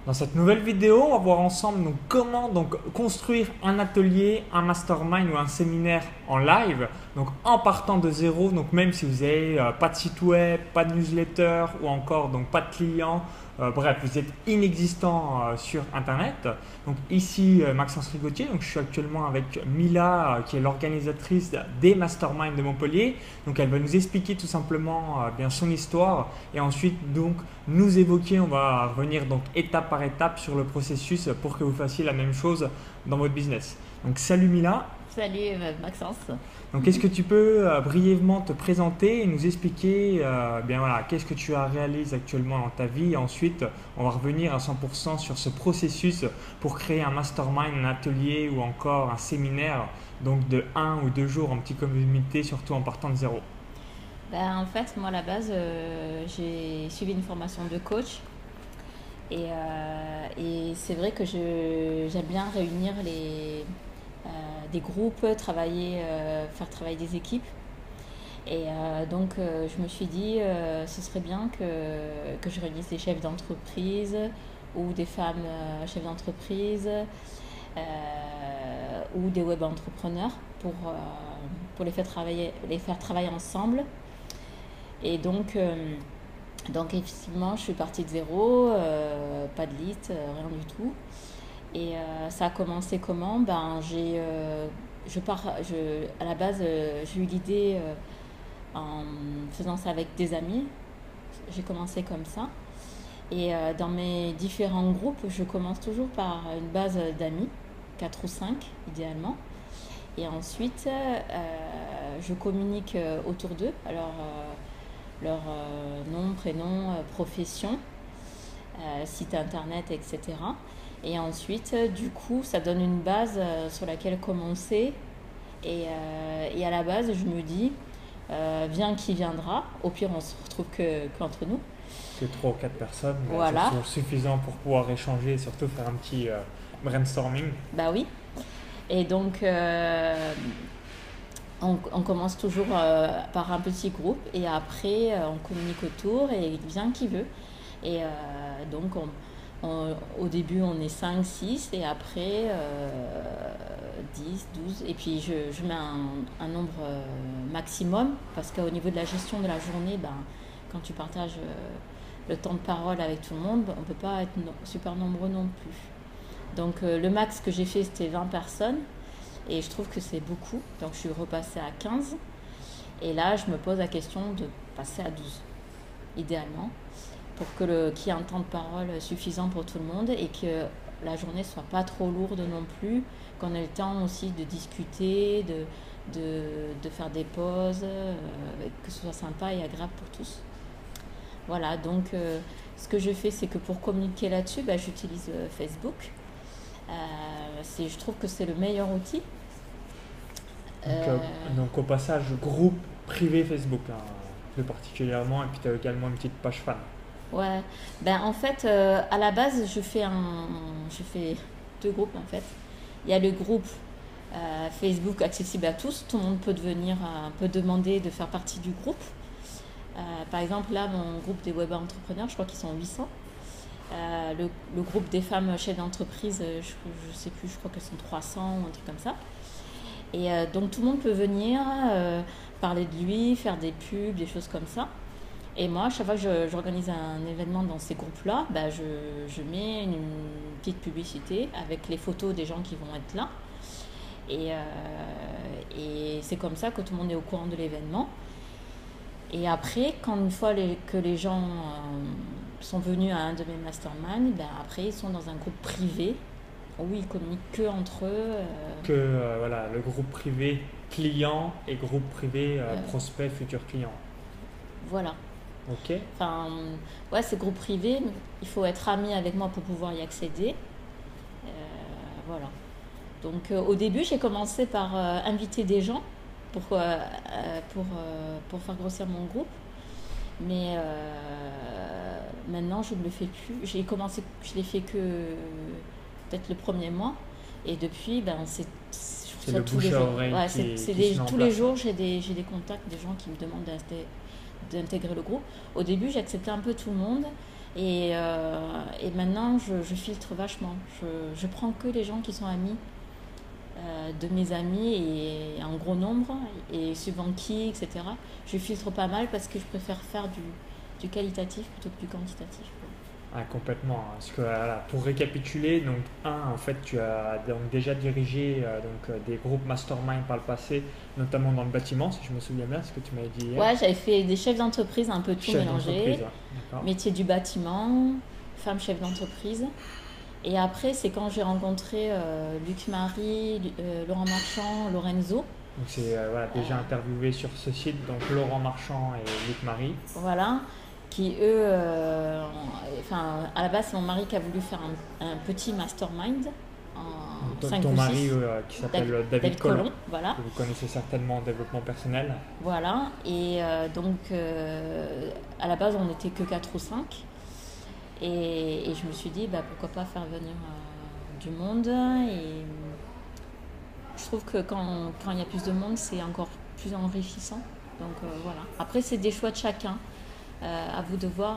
Dans cette nouvelle vidéo, on va voir ensemble donc, comment construire un atelier, un mastermind ou un séminaire en live, donc en partant de zéro, donc même si vous n'avez pas de site web, pas de newsletter ou encore donc pas de clients, bref, vous êtes inexistant sur Internet. Donc ici Maxence Rigotier, donc je suis actuellement avec Mila qui est l'organisatrice des masterminds de Montpellier. Donc elle va nous expliquer tout simplement bien son histoire et ensuite donc nous évoquer, on va revenir donc étape par étape sur le processus pour que vous fassiez la même chose dans votre business. Donc salut Mila. Salut Maxence. Donc est-ce que tu peux brièvement te présenter et nous expliquer bien voilà, qu'est-ce que tu as réalisé actuellement dans ta vie et ensuite on va revenir à 100% sur ce processus pour créer un mastermind, un atelier ou encore un séminaire donc de 1 ou 2 jours en petit comité, surtout en partant de zéro. En fait, moi à la base, j'ai suivi une formation de coach et c'est vrai que j'aime bien réunir des groupes, faire travailler des équipes. Donc je me suis dit ce serait bien que je réunisse des chefs d'entreprise ou des femmes chefs d'entreprise ou des web entrepreneurs pour les faire travailler ensemble. Et donc effectivement, je suis partie de zéro, pas de liste, rien du tout. Ça a commencé comment? À la base, j'ai eu l'idée en faisant ça avec des amis. J'ai commencé comme ça. Dans mes différents groupes, je commence toujours par une base d'amis, 4 ou 5 idéalement. Et ensuite, je communique autour d'eux. Alors, leur nom, prénom, profession, site internet, etc. Et ensuite, du coup, ça donne une base sur laquelle commencer. Et à la base, je me dis, viens qui viendra. Au pire, on se retrouve qu'entre nous. Que 3 ou 4 personnes, Voilà. c'est suffisant pour pouvoir échanger et surtout faire un petit brainstorming. Bah oui. Et donc, on commence toujours par un petit groupe et après, on communique autour et il vient qui veut. Donc, au début, on est 5, 6 et après 10, 12. Et puis, je mets un nombre maximum parce qu'au niveau de la gestion de la journée, quand tu partages le temps de parole avec tout le monde, on ne peut pas être super nombreux non plus. Donc, le max que j'ai fait, c'était 20 personnes. Et je trouve que c'est beaucoup. Donc, je suis repassée à 15. Et là, je me pose la question de passer à 12, idéalement, pour qu'il y ait un temps de parole suffisant pour tout le monde et que la journée ne soit pas trop lourde non plus, qu'on ait le temps aussi de discuter, de faire des pauses, que ce soit sympa et agréable pour tous. Voilà, donc ce que je fais, c'est que pour communiquer là-dessus, j'utilise Facebook. Je trouve que c'est le meilleur outil. Donc au passage, groupe privé Facebook, hein, plus particulièrement, et puis tu as également une petite page fan. Ouais, en fait, à la base, je fais 2 groupes en fait. Il y a le groupe Facebook accessible à tous. Tout le monde peut demander de faire partie du groupe. Par exemple, là, mon groupe des web entrepreneurs, je crois qu'ils sont 800. Le groupe des femmes chefs d'entreprise, je sais plus, je crois qu'elles sont 300 ou un truc comme ça. Et donc tout le monde peut venir parler de lui, faire des pubs, des choses comme ça. Et moi, chaque fois que j'organise un événement dans ces groupes-là, je mets une petite publicité avec les photos des gens qui vont être là. Et c'est comme ça que tout le monde est au courant de l'événement. Et après, une fois que les gens sont venus à un de mes masterminds, après ils sont dans un groupe privé où ils communiquent que entre eux. Voilà, le groupe privé client et groupe privé prospect futur client. Voilà. Ok. Enfin, ouais, c'est groupe privé, il faut être ami avec moi pour pouvoir y accéder. Voilà. Donc au début, j'ai commencé par inviter des gens pour faire grossir mon groupe. Mais maintenant, je ne le fais plus. Je l'ai fait que peut-être le premier mois. Et depuis, c'est le tous les bouche à jours. oreille Ouais, qui se met en tous les place. jours, j'ai des contacts, des gens qui me demandent d'intégrer le groupe. Au début, j'acceptais un peu tout le monde. Et maintenant, je filtre vachement. Je prends que les gens qui sont amis de mes amis et en gros nombre, et suivant qui, etc. Je filtre pas mal parce que je préfère faire du qualitatif plutôt que du quantitatif. Ah, complètement, hein. Parce que voilà, pour récapituler, donc en fait, tu as donc déjà dirigé des groupes mastermind par le passé, notamment dans le bâtiment, si je me souviens bien, ce que tu m'avais dit hier. Ouais, j'avais fait des chefs d'entreprise, un peu tout Chef d'entreprise, mélangé. ouais. D'accord. Métier du bâtiment, femme chef d'entreprise. Et après, c'est quand j'ai rencontré Luc Marie, Laurent Marchand, Lorenzo. Donc c'est voilà, déjà interviewé sur ce site, donc Laurent Marchand et Luc Marie. Voilà, qui eux, enfin, à la base, c'est mon mari qui a voulu faire un petit mastermind en 5 Ton ou mari 6. qui s'appelle David Collomb, Voilà. que vous connaissez certainement en développement personnel. Voilà, et donc à la base, on n'était que 4 ou 5. Et je me suis dit, bah, pourquoi pas faire venir du monde. Et je trouve que quand il y a plus de monde, c'est encore plus enrichissant. Donc voilà. Après, c'est des choix de chacun. À vous de voir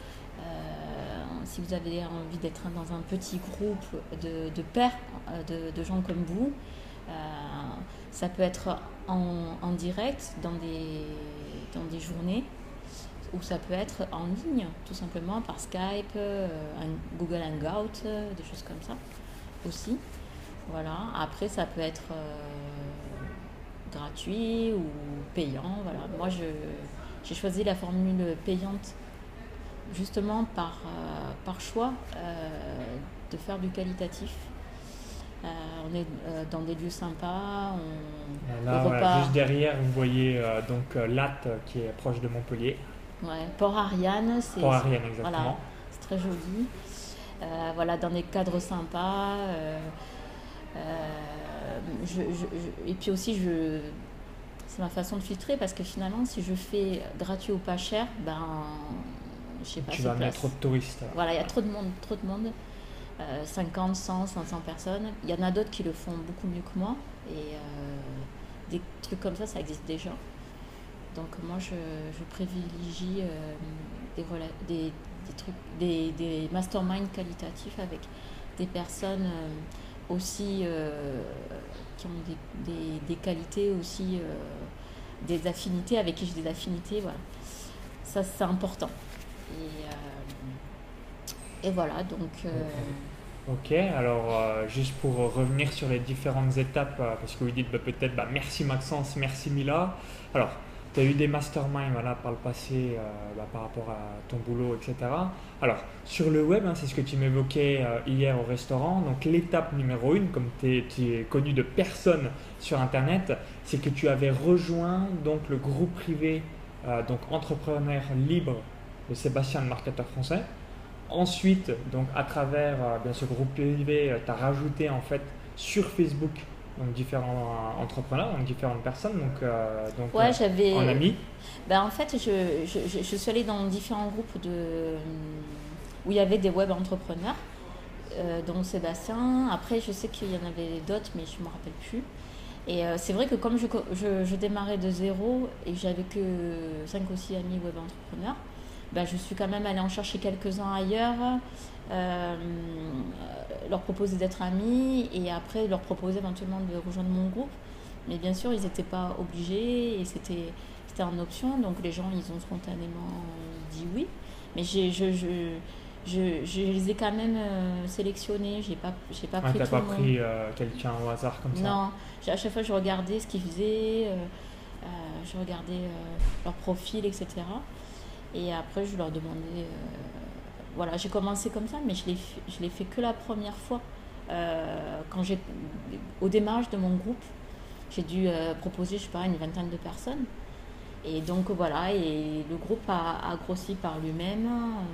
si vous avez envie d'être dans un petit groupe de pairs, de gens comme vous. Ça peut être en direct dans des journées, ou ça peut être en ligne, tout simplement par Skype, Google Hangout, des choses comme ça aussi. Voilà. Après, ça peut être gratuit ou payant. Voilà. Moi, j'ai choisi la formule payante justement par choix de faire du qualitatif. On est dans des lieux sympas. Là, voilà, juste derrière, vous voyez Latte qui est proche de Montpellier. Ouais, Port-Ariane, Port-Ariane, exactement. Voilà, c'est très joli. Voilà, dans des cadres sympas. Et puis aussi, c'est ma façon de filtrer parce que finalement, si je fais gratuit ou pas cher, ben, je sais pas. Tu vas amener trop de touristes. Voilà, il y a trop de monde. 50, 100, 500 personnes. Il y en a d'autres qui le font beaucoup mieux que moi. Et des trucs comme ça existe déjà. Donc moi, je privilégie des masterminds qualitatifs avec des personnes aussi qui ont des qualités aussi, des affinités, avec qui j'ai des affinités. Voilà. Ça, c'est important. Et voilà, donc... Ok, alors juste pour revenir sur les différentes étapes, parce que vous dites peut-être merci Maxence, merci Mila. Alors, tu as eu des masterminds voilà, par le passé par rapport à ton boulot, etc. Alors, sur le web, c'est ce que tu m'évoquais hier au restaurant. Donc, l'étape numéro 1, comme tu es connu de personne sur Internet, c'est que tu avais rejoint donc, le groupe privé donc Entrepreneur Libre de Sébastien, le marketeur français. Ensuite, donc, à travers ce groupe privé, tu as rajouté en fait sur Facebook donc différents entrepreneurs, donc différentes personnes, ouais, j'avais en amis. En fait, je suis allée dans différents groupes où il y avait des web entrepreneurs, dont Sébastien. Après, je sais qu'il y en avait d'autres, mais je ne me rappelle plus. Et c'est vrai que comme je démarrais de zéro et que j'avais que 5 ou 6 amis web entrepreneurs, je suis quand même allée en chercher quelques-uns ailleurs, leur proposer d'être amis et après leur proposer éventuellement de rejoindre mon groupe. Mais bien sûr, ils n'étaient pas obligés et c'était en option, donc les gens, ils ont spontanément dit oui. Mais je les ai quand même sélectionnés, j'ai pas pris tout le monde. T'as pas pris quelqu'un au hasard comme ça? Non, à chaque fois je regardais ce qu'ils faisaient, je regardais leur profil, etc. Et après je leur demandais, voilà, j'ai commencé comme ça, mais je l'ai fait que la première fois. Au démarrage de mon groupe, j'ai dû proposer, je sais pas, une vingtaine de personnes. Et donc voilà, et le groupe a grossi par lui-même,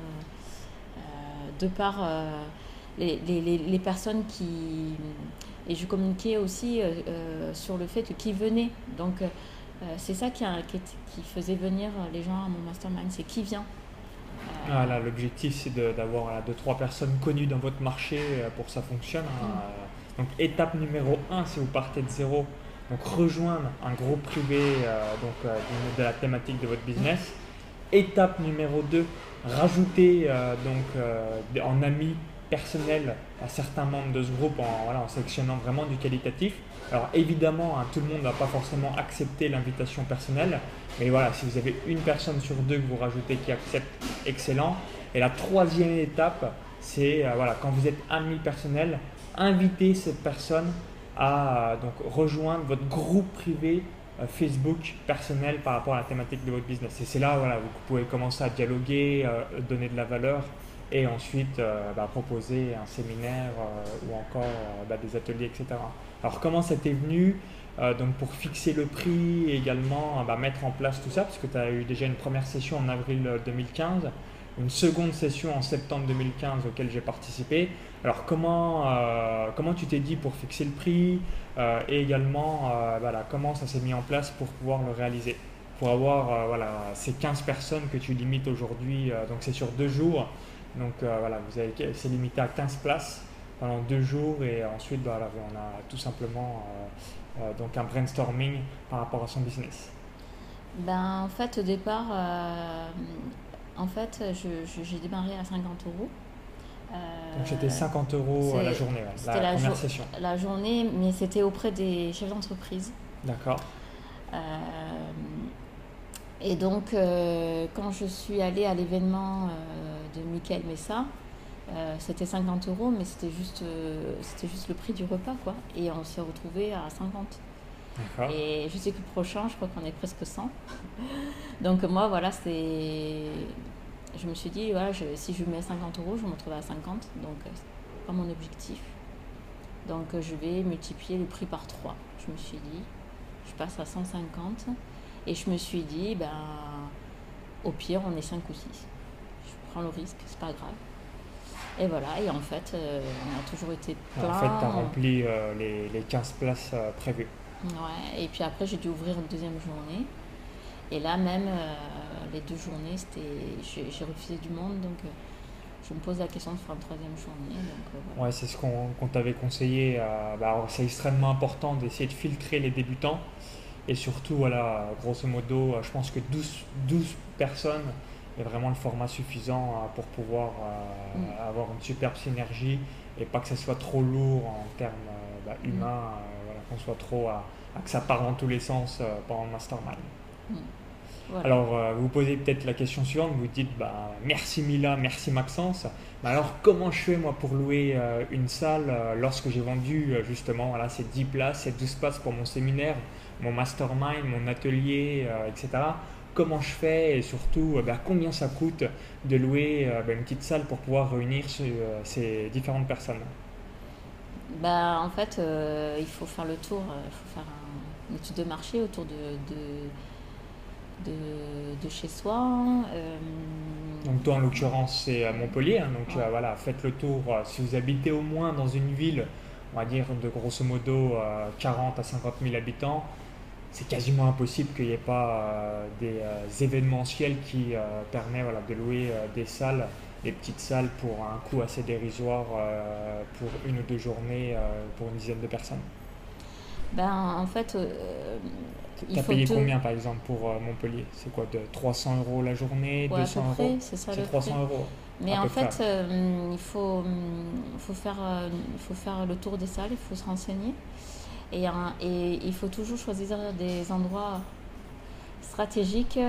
de par les personnes qui... Et je communiquais aussi sur le fait qui venait. Donc c'est ça qui faisait venir les gens à mon mastermind, c'est qui vient. Là, l'objectif, c'est d'avoir 2-3 personnes connues dans votre marché pour que ça fonctionne. Donc étape numéro 1, si vous partez de zéro, donc rejoindre un groupe privé de la thématique de votre business. Étape numéro 2, rajouter en ami personnel à certains membres de ce groupe en sélectionnant vraiment du qualitatif. Alors évidemment, hein, tout le monde ne va pas forcément accepter l'invitation personnelle, mais voilà, si vous avez une personne sur deux que vous rajoutez qui accepte, excellent. Et la troisième étape, c'est quand vous êtes ami personnel, invitez cette personne à rejoindre votre groupe privé Facebook personnel par rapport à la thématique de votre business. Et c'est là vous pouvez commencer à dialoguer, donner de la valeur et ensuite proposer un séminaire ou encore des ateliers, etc. Alors comment ça t'est venu donc pour fixer le prix et également mettre en place tout ça, parce que tu as eu déjà une première session en avril 2015, une seconde session en septembre 2015 auquel j'ai participé. Alors comment tu t'es dit pour fixer le prix et également comment ça s'est mis en place pour pouvoir le réaliser, pour avoir ces 15 personnes que tu limites aujourd'hui, donc c'est sur 2 jours, donc c'est limité à 15 places pendant 2 jours et ensuite on a tout simplement donc un brainstorming par rapport à son business. En fait, au départ, j'ai démarré à 50 euros. Donc c'était 50 euros la journée, la première session. La journée, mais c'était auprès des chefs d'entreprise. D'accord. Et donc, quand je suis allée à l'événement de Mickaël Messa, c'était 50 euros, mais c'était juste le prix du repas, quoi. Et on s'est retrouvés à 50. D'accord. Et je sais que le prochain, je crois qu'on est presque 100. Donc moi, je me suis dit, si je mets 50 euros, je vais me retrouver à 50. Donc c'est pas mon objectif. Donc je vais multiplier le prix par 3. Je me suis dit, je passe à 150. Et je me suis dit, au pire, on est 5 ou 6. Je prends le risque, c'est pas grave. Et voilà, et en fait, on a toujours été plein. En fait, tu as rempli les 15 places prévues. Ouais, et puis après, j'ai dû ouvrir une deuxième journée. Et là, même, les 2 journées, j'ai refusé du monde. Donc, je me pose la question de faire une troisième journée. Donc, voilà. Ouais, c'est ce qu'on t'avait conseillé. C'est extrêmement important d'essayer de filtrer les débutants. Et surtout, grosso modo, je pense que 12 personnes est vraiment le format suffisant pour pouvoir avoir une superbe synergie et pas que ça soit trop lourd en termes humains, qu'on soit trop que ça part dans tous les sens pendant le mastermind. Voilà. Alors, vous posez peut-être la question suivante, vous dites merci Mila, merci Maxence. Mais alors, comment je fais moi pour louer une salle lorsque j'ai vendu justement ces 10 places, ces 12 places pour mon séminaire, mon mastermind, mon atelier, etc. Comment je fais et surtout combien ça coûte de louer une petite salle pour pouvoir réunir ces différentes personnes? En fait, il faut faire le tour, il faut faire une étude de marché autour de chez soi. Donc toi en l'occurrence c'est à Montpellier, hein, donc faites le tour. Si vous habitez au moins dans une ville, on va dire de grosso modo 40 à 50 000 habitants, c'est quasiment impossible qu'il n'y ait pas des événementiels qui permettent de louer des salles, des petites salles pour un coût assez dérisoire pour 1 ou 2 journées pour une dizaine de personnes. En fait, tu as payé combien par exemple pour Montpellier? C'est quoi, de 300 euros la journée, 200 euros? C'est ça, c'est 300 euros. Mais en fait, il faut faire le tour des salles, il faut se renseigner. Et il faut toujours choisir des endroits stratégiques,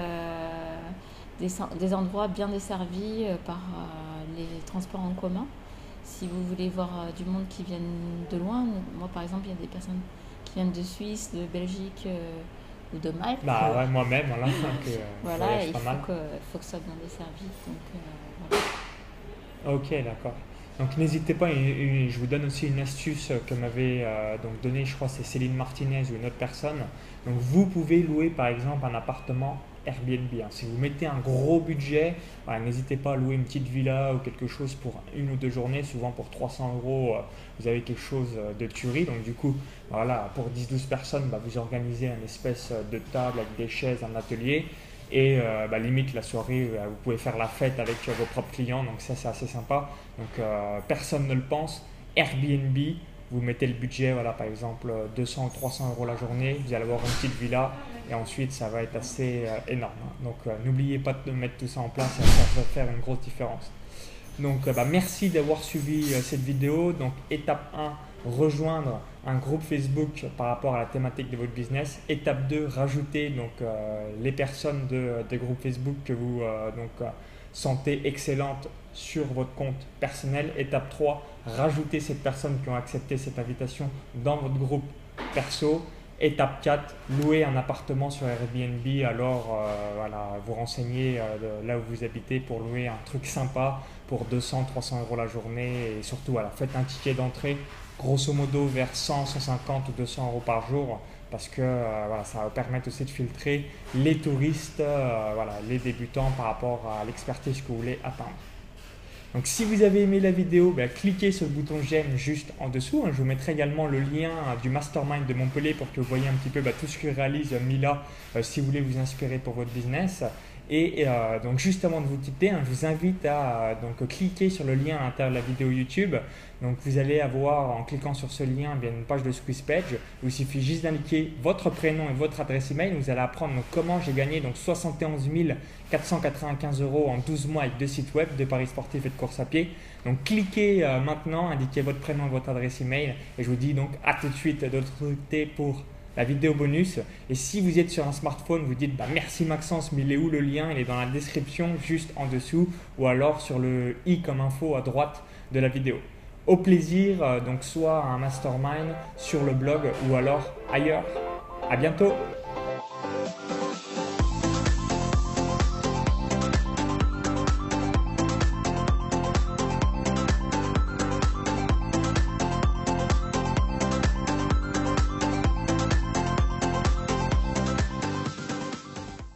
des endroits bien desservis par les transports en commun. Si vous voulez voir du monde qui viennent de loin, moi par exemple, il y a des personnes qui viennent de Suisse, de Belgique ou de Malte. Moi-même, il faut que ça soit bien desservi. Donc, voilà. Ok, d'accord. Donc n'hésitez pas, et je vous donne aussi une astuce que m'avait donnée, je crois c'est Céline Martinez ou une autre personne. Donc vous pouvez louer par exemple un appartement Airbnb. Si vous mettez un gros budget, n'hésitez pas à louer une petite villa ou quelque chose pour 1 ou 2 journées. Souvent pour 300 euros, vous avez quelque chose de tuerie. Donc du coup, pour 10-12 personnes, vous organisez une espèce de table avec des chaises, un atelier. Et limite la soirée, vous pouvez faire la fête avec vos propres clients, donc ça c'est assez sympa. Donc personne ne le pense. Airbnb, vous mettez le budget, par exemple 200 ou 300 euros la journée, vous allez avoir une petite villa et ensuite ça va être assez énorme. Donc n'oubliez pas de mettre tout ça en place, ça va faire une grosse différence. Donc merci d'avoir suivi cette vidéo. Donc étape 1, rejoindre un groupe Facebook par rapport à la thématique de votre business. Étape 2, rajouter donc, les personnes des groupes Facebook que vous sentez excellentes sur votre compte personnel. Étape 3, rajouter ces personnes qui ont accepté cette invitation dans votre groupe perso. Étape 4, louer un appartement sur Airbnb. Alors voilà, vous renseignez là où vous habitez pour louer un truc sympa pour 200-300 euros la journée. Et surtout, voilà, faites un ticket d'entrée grosso modo vers 100, 150 ou 200 euros par jour, parce que voilà, ça va permettre aussi de filtrer les touristes, voilà, les débutants par rapport à l'expertise que vous voulez atteindre. Donc si vous avez aimé la vidéo, cliquez sur le bouton j'aime juste en dessous. Je vous mettrai également le lien du Mastermind de Montpellier pour que vous voyez un petit peu tout ce que réalise Mila si vous voulez vous inspirer pour votre business. Et donc juste avant de vous quitter, je vous invite à cliquer sur le lien à l'intérieur de la vidéo YouTube. Donc vous allez avoir, en cliquant sur ce lien, une page de squeeze page. Il vous suffit juste d'indiquer votre prénom et votre adresse email. Vous allez apprendre comment j'ai gagné 71 495 euros en 12 mois avec 2 sites web, de paris sportifs et de course à pied. Donc cliquez maintenant, indiquez votre prénom et votre adresse email. Et je vous dis donc à tout de suite de l'autre côté pour la vidéo bonus. Et si vous êtes sur un smartphone, vous dites merci Maxence, mais il est où le lien? Il est dans la description juste en dessous, ou alors sur le i comme info à droite de la vidéo. Au plaisir, donc soit un mastermind sur le blog ou alors ailleurs. À bientôt.